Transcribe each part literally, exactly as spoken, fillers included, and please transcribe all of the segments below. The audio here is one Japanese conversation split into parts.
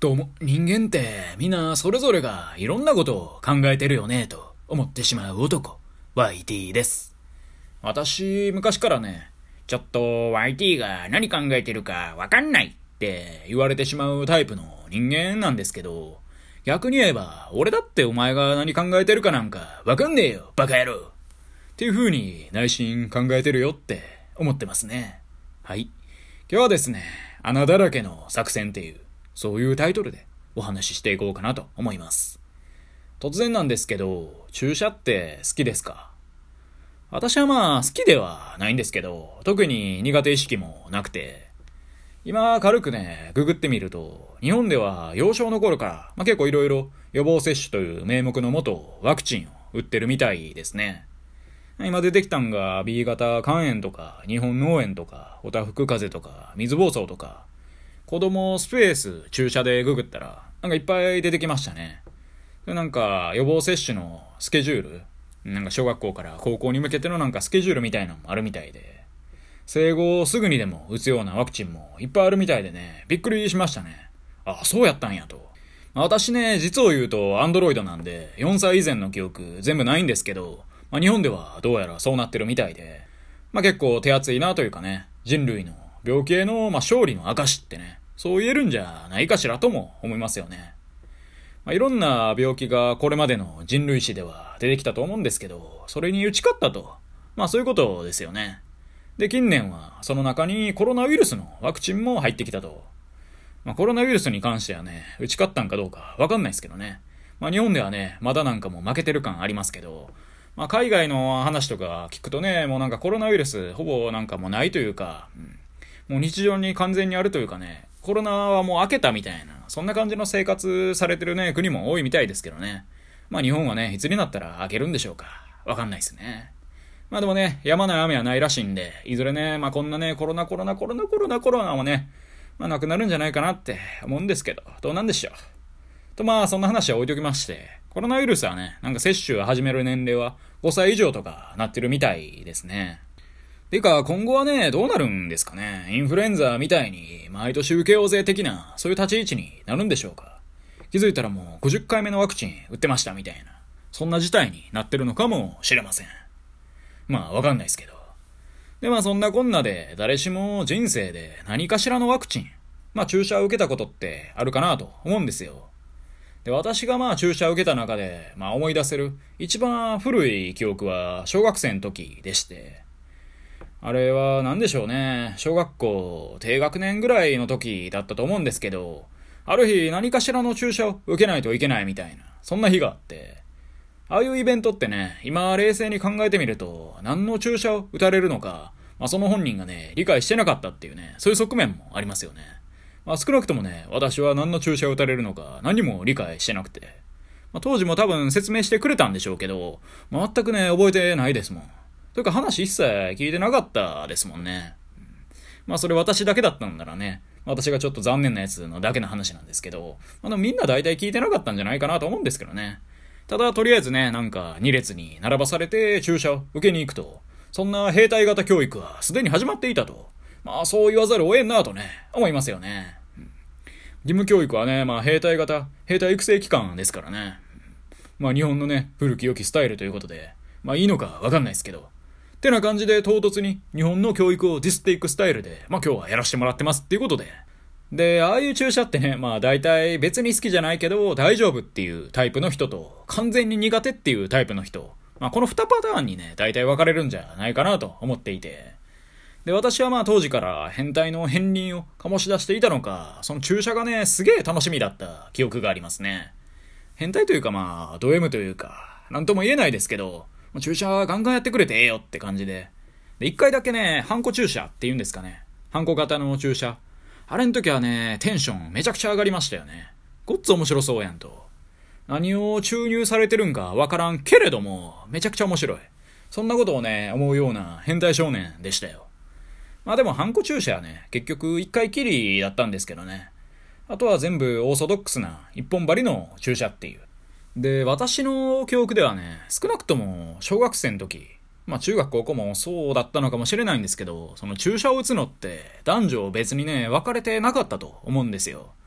どうも、人間ってみんなそれぞれがいろんなことを考えてるよねと思ってしまう男、ワイティ です。私、昔からね、ちょっと ワイティ が何考えてるかわかんないって言われてしまうタイプの人間なんですけど、逆に言えば、俺だってお前が何考えてるかなんかわかんねえよ、バカ野郎っていう風に内心考えてるよって思ってますね。はい。今日はですね、穴だらけの作戦っていう、そういうタイトルでお話ししていこうかなと思います。突然なんですけど、注射って好きですか？私はまあ好きではないんですけど、特に苦手意識もなくて、今軽くね、ググってみると、日本では幼少の頃から、まあ、結構いろいろ予防接種という名目のもとワクチンを打ってるみたいですね。今出てきたんが ビー 型肝炎とか日本脳炎とかおたふく風邪とか水疱瘡とか、子供スペース注射でググったらなんかいっぱい出てきましたね。なんか予防接種のスケジュール、なんか小学校から高校に向けてのなんかスケジュールみたいなのもあるみたいで、生後すぐにでも打つようなワクチンもいっぱいあるみたいでね、びっくりしましたね。あ、そうやったんやと。私ね、実を言うとアンドロイドなんでよんさい以前の記憶全部ないんですけど、まあ、日本ではどうやらそうなってるみたいで、まあ、結構手厚いなというかね、人類の病気へのまあ勝利の証ってね、そう言えるんじゃないかしらとも思いますよね。まあ、いろんな病気がこれまでの人類史では出てきたと思うんですけど、それに打ち勝ったと。まあそういうことですよね。で、近年はその中にコロナウイルスのワクチンも入ってきたと。まあコロナウイルスに関してはね、打ち勝ったんかどうかわかんないですけどね。まあ日本ではね、まだなんかもう負けてる感ありますけど、まあ海外の話とか聞くとね、もうなんかコロナウイルスほぼなんかもうないというか、うん、もう日常に完全にあるというかね、コロナはもう明けたみたいな、そんな感じの生活されてるね、国も多いみたいですけどね。まあ日本はね、いつになったら明けるんでしょうか。わかんないですね。まあでもね、止まない雨はないらしいんで、いずれね、まあこんなね、コロナコロナコロナコロナコロナもね、まあなくなるんじゃないかなって思うんですけど、どうなんでしょう。とまあそんな話は置いときまして、コロナウイルスはね、なんか接種を始める年齢はごさい以上とかなってるみたいですね。てか今後はね、どうなるんですかね。インフルエンザみたいに毎年受けようぜ的な、そういう立ち位置になるんでしょうか。気づいたらもうごじゅっかいめのワクチン打ってましたみたいな、そんな事態になってるのかもしれません。まあわかんないですけど。でまあそんなこんなで誰しも人生で何かしらのワクチン、まあ注射を受けたことってあるかなと思うんですよ。で私がまあ注射を受けた中で、まあ思い出せる一番古い記憶は小学生の時でして、あれは何でしょうね。小学校低学年ぐらいの時だったと思うんですけど、ある日何かしらの注射を受けないといけないみたいな、そんな日があって、ああいうイベントってね、今冷静に考えてみると、何の注射を打たれるのか、まあ、その本人がね、理解してなかったっていうね、そういう側面もありますよね。まあ、少なくともね、私は何の注射を打たれるのか何も理解してなくて、まあ、当時も多分説明してくれたんでしょうけど、全くね、覚えてないですもん。というか話一切聞いてなかったですもんね。まあそれ私だけだったんならね、私がちょっと残念なやつのだけの話なんですけど、まあ、でもみんな大体聞いてなかったんじゃないかなと思うんですけどね。ただとりあえずね、なんかに列に並ばされて注射を受けに行くと、そんな兵隊型教育はすでに始まっていたと。まあそう言わざるを得んなとね、思いますよね。うん、義務教育はね、まあ兵隊型、兵隊育成機関ですからね。まあ日本のね、古き良きスタイルということで、まあいいのかわかんないですけど、ってな感じで唐突に日本の教育をディスっていくスタイルで、まあ今日はやらせてもらってますっていうことで。で、ああいう注射ってね、まあ大体別に好きじゃないけど大丈夫っていうタイプの人と、完全に苦手っていうタイプの人、まあこのにパターンにね、大体分かれるんじゃないかなと思っていて。で、私はまあ当時から変態の片鱗を醸し出していたのか、その注射がね、すげえ楽しみだった記憶がありますね。変態というかまあ、ド M というか、なんとも言えないですけど、注射ガンガンやってくれてええよって感じで。で、一回だけね、ハンコ注射って言うんですかね。ハンコ型の注射。あれの時はね、テンションめちゃくちゃ上がりましたよね。ごっつ面白そうやんと。何を注入されてるんかわからんけれども、めちゃくちゃ面白い。そんなことをね、思うような変態少年でしたよ。まあでもハンコ注射はね、結局一回きりだったんですけどね。あとは全部オーソドックスな一本針の注射っていう。で、私の記憶ではね、少なくとも小学生の時、まあ中学高校もそうだったのかもしれないんですけど、その注射を打つのって男女別にね、分かれてなかったと思うんですよ。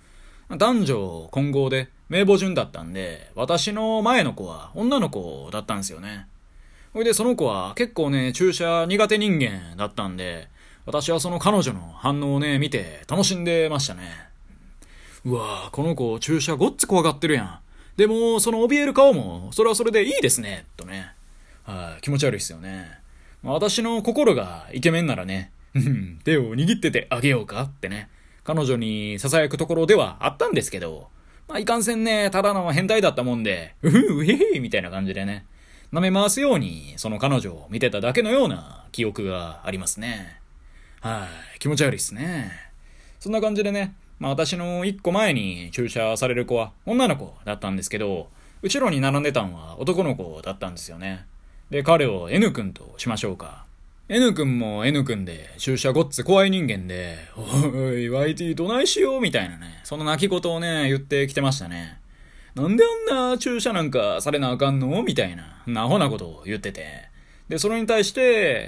男女混合で名簿順だったんで、私の前の子は女の子だったんですよね。ほいでその子は結構ね、注射苦手人間だったんで、私はその彼女の反応をね、見て楽しんでましたね。うわぁ、この子注射ごっつ怖がってるやん。でも、その怯える顔も、それはそれでいいですね、とね。はい、気持ち悪いっすよね。私の心がイケメンならね、手を握っててあげようかってね、彼女に囁くところではあったんですけど、まあいかんせんね、ただの変態だったもんで、うふうへへみたいな感じでね、舐め回すようにその彼女を見てただけのような記憶がありますね。はい、気持ち悪いっすね。そんな感じでね、まあ私の一個前に注射される子は女の子だったんですけど、後ろに並んでたんは男の子だったんですよね。で、彼を N 君としましょうか。N 君も N 君で、注射ごっつ怖い人間で、おい、ワイティ どないしようみたいなね、その泣き言をね、言ってきてましたね。なんであんな注射なんかされなあかんのみたいな、アホなことを言ってて。で、それに対して、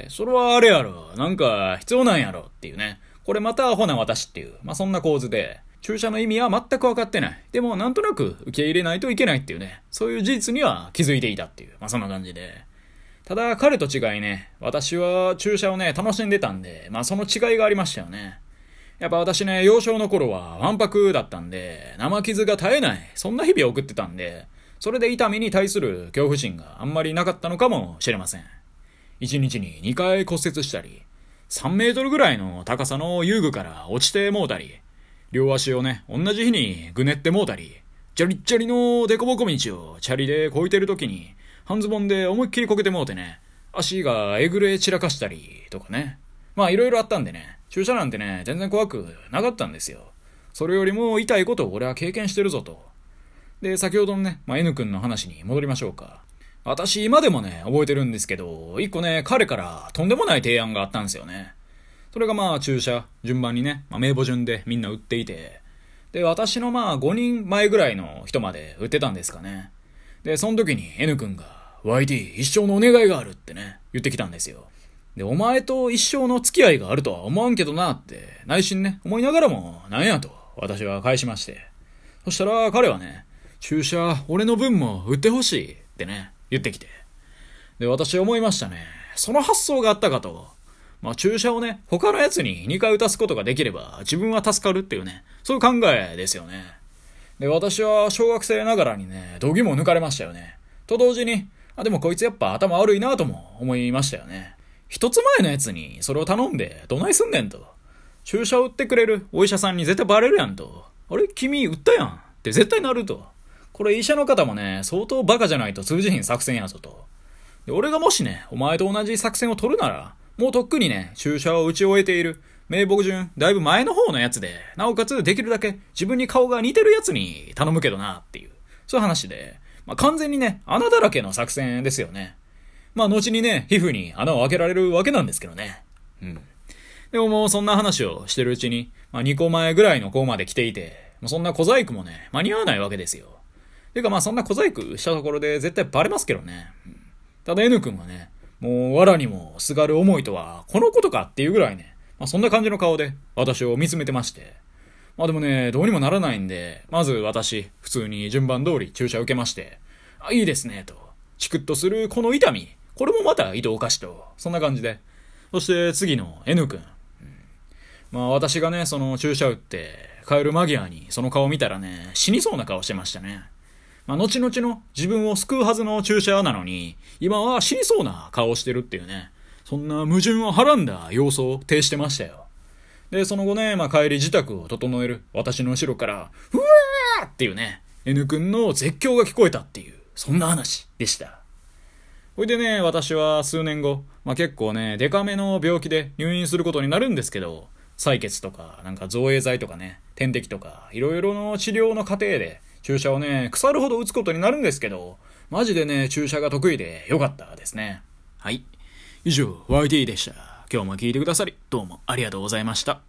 それはあれやろ、なんか必要なんやろっていうね。これまたアホな私っていう、まあ、そんな構図で、注射の意味は全く分かってない。でもなんとなく受け入れないといけないっていうね、そういう事実には気づいていたっていう、まあ、そんな感じで。ただ彼と違いね、私は注射をね、楽しんでたんで、まあその違いがありましたよね。やっぱ私ね、幼少の頃はわんぱくだったんで、生傷が絶えない、そんな日々を送ってたんで、それで痛みに対する恐怖心があんまりなかったのかもしれません。一日ににかい骨折したり、さんメートルぐらいの高さの遊具から落ちてもうたり、両足をね、同じ日にぐねってもうたり、ジャリッジャリのデコボコ道をチャリでこいてる時に、半ズボンで思いっきりこけてもうてね、足がえぐれ散らかしたりとかね。まあいろいろあったんでね、注射なんてね、全然怖くなかったんですよ。それよりも痛いことを俺は経験してるぞと。で、先ほどのね、まあ、N 君の話に戻りましょうか。私今でもね、覚えてるんですけど、一個ね、彼からとんでもない提案があったんですよね。それがまあ注射、順番にね、まあ、名簿順でみんな打っていて、で、私のまあごにんまえぐらいの人まで打ってたんですかね。で、その時に N 君が、ワイティ 一生のお願いがあるってね、言ってきたんですよ。で、お前と一生の付き合いがあるとは思わんけどなって、内心ね、思いながらも、なんやと、私は返しまして。そしたら彼はね、注射、俺の分も打ってほしいってね、言ってきて。で、私は思いましたね。その発想があったかと。まあ、注射をね、他のやつににかい打たすことができれば、自分は助かるっていうね、そういう考えですよね。で、私は小学生ながらにね、度肝を抜かれましたよね。と同時に、あ、でもこいつやっぱ頭悪いなとも思いましたよね。一つ前のやつにそれを頼んでどないすんねんと。注射を打ってくれるお医者さんに絶対バレるやんと。あれ君打ったやんって絶対なると。これ医者の方もね、相当バカじゃないと通じひん作戦やぞと。で、俺がもしね、お前と同じ作戦を取るなら、もうとっくにね、注射を打ち終えている名簿順だいぶ前の方のやつで、なおかつできるだけ自分に顔が似てるやつに頼むけどなっていう、そういう話で、まあ、完全にね、穴だらけの作戦ですよね。まあ、後にね、皮膚に穴を開けられるわけなんですけどね。うん。でももうそんな話をしてるうちに、まあ、にこまえぐらいの子まで来ていて、もうそんな小細工もね、間に合わないわけですよ。てかまあそんな小細工したところで絶対バレますけどね。うん、ただ N 君はね、もう藁にもすがる思いとは、このことかっていうぐらいね、まあ、そんな感じの顔で私を見つめてまして。まあでもね、どうにもならないんで、まず私、普通に順番通り注射受けまして、あ、いいですね、と。チクッとするこの痛み、これもまた糸おかしと。そんな感じで。そして次の N 君。うん、まあ私がね、その注射打って、帰る間際にその顔見たらね、死にそうな顔してましたね。まあ後々の自分を救うはずの注射なのに、今は死にそうな顔をしてるっていうね、そんな矛盾をはらんだ様子を呈してましたよ。で、その後ね、まあ帰り自宅を整える私の後ろから、うわーっていうね、N 君の絶叫が聞こえたっていう、そんな話でした。ほいでね、私は数年後、まあ結構ね、デカめの病気で入院することになるんですけど、採血とか、なんか造影剤とかね、点滴とか、いろいろの治療の過程で、注射をね、腐るほど打つことになるんですけど、マジでね、注射が得意でよかったですね。はい。以上、ワイティー でした。今日も聞いてくださり、どうもありがとうございました。